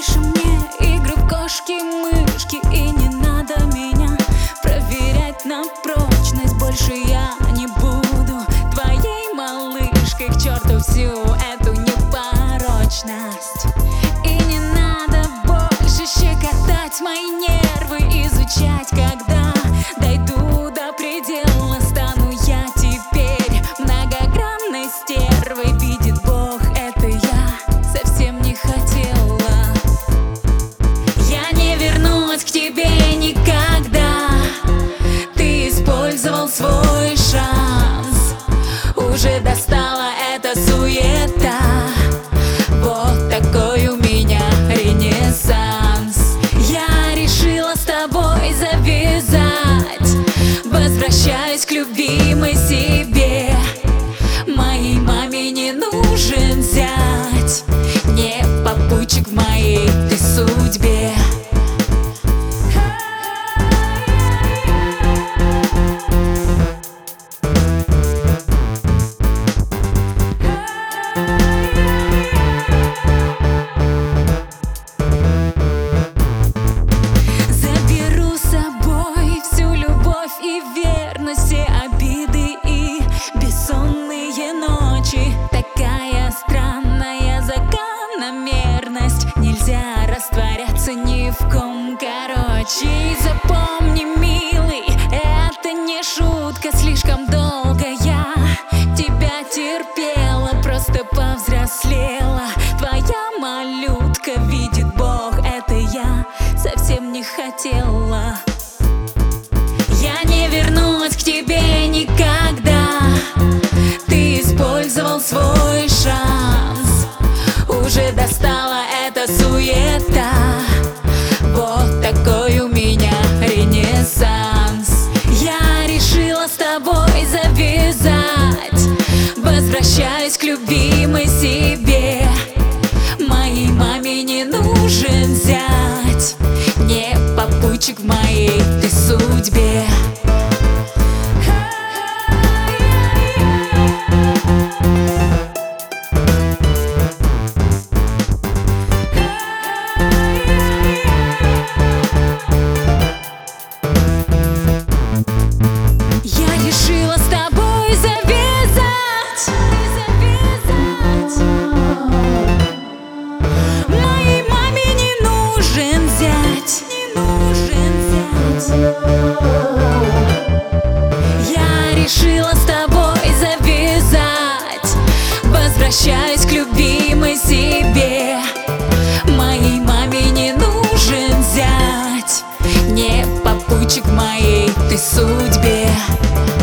больше мне игры в кошки-мышки, и не надо меня проверять на прочность. Больше я не буду твоей малышкой, к черту всю эту непорочность. И не надо больше щекотать мои нервы, изучать, когда дойду до предела, стану я теперь многогранной стервой. Видит Бог, это я совсем не хотела. Я не вернусь к тебе никогда. Ты использовал свой шанс, уже достала эта суета. Вот такой у меня ренессанс. Я решила с тобой завязать, возвращаюсь к любимой себе. Моей маме не нужен зять, не попутчик в моей ты судьбе. Заберу с собой всю любовь и верность, все обиды и бессонные ночи. Такая странная закономерность, нельзя растворяться ни в ком, короче. И запомни, милый, это не шутка. Слишком долго я тебя терпела, просто повзрослела твоя малютка. Видит Бог, это я совсем не хотела. Я не вернусь к тебе никогда. Ты использовал свой шанс, уже достала эта суета. Вот такой у меня ренессанс. Я решила с тобой завязать, возвращаюсь к любимой себе. Моей маме не нужен зять, не попутчик в моей ты судьбе. Я решила с тобой завязать, моей маме не нужен зять, Я решила с тобой завязать, возвращаюсь к любимой себе. Моей маме не нужен зять, не попутчик в моей ты судьбе.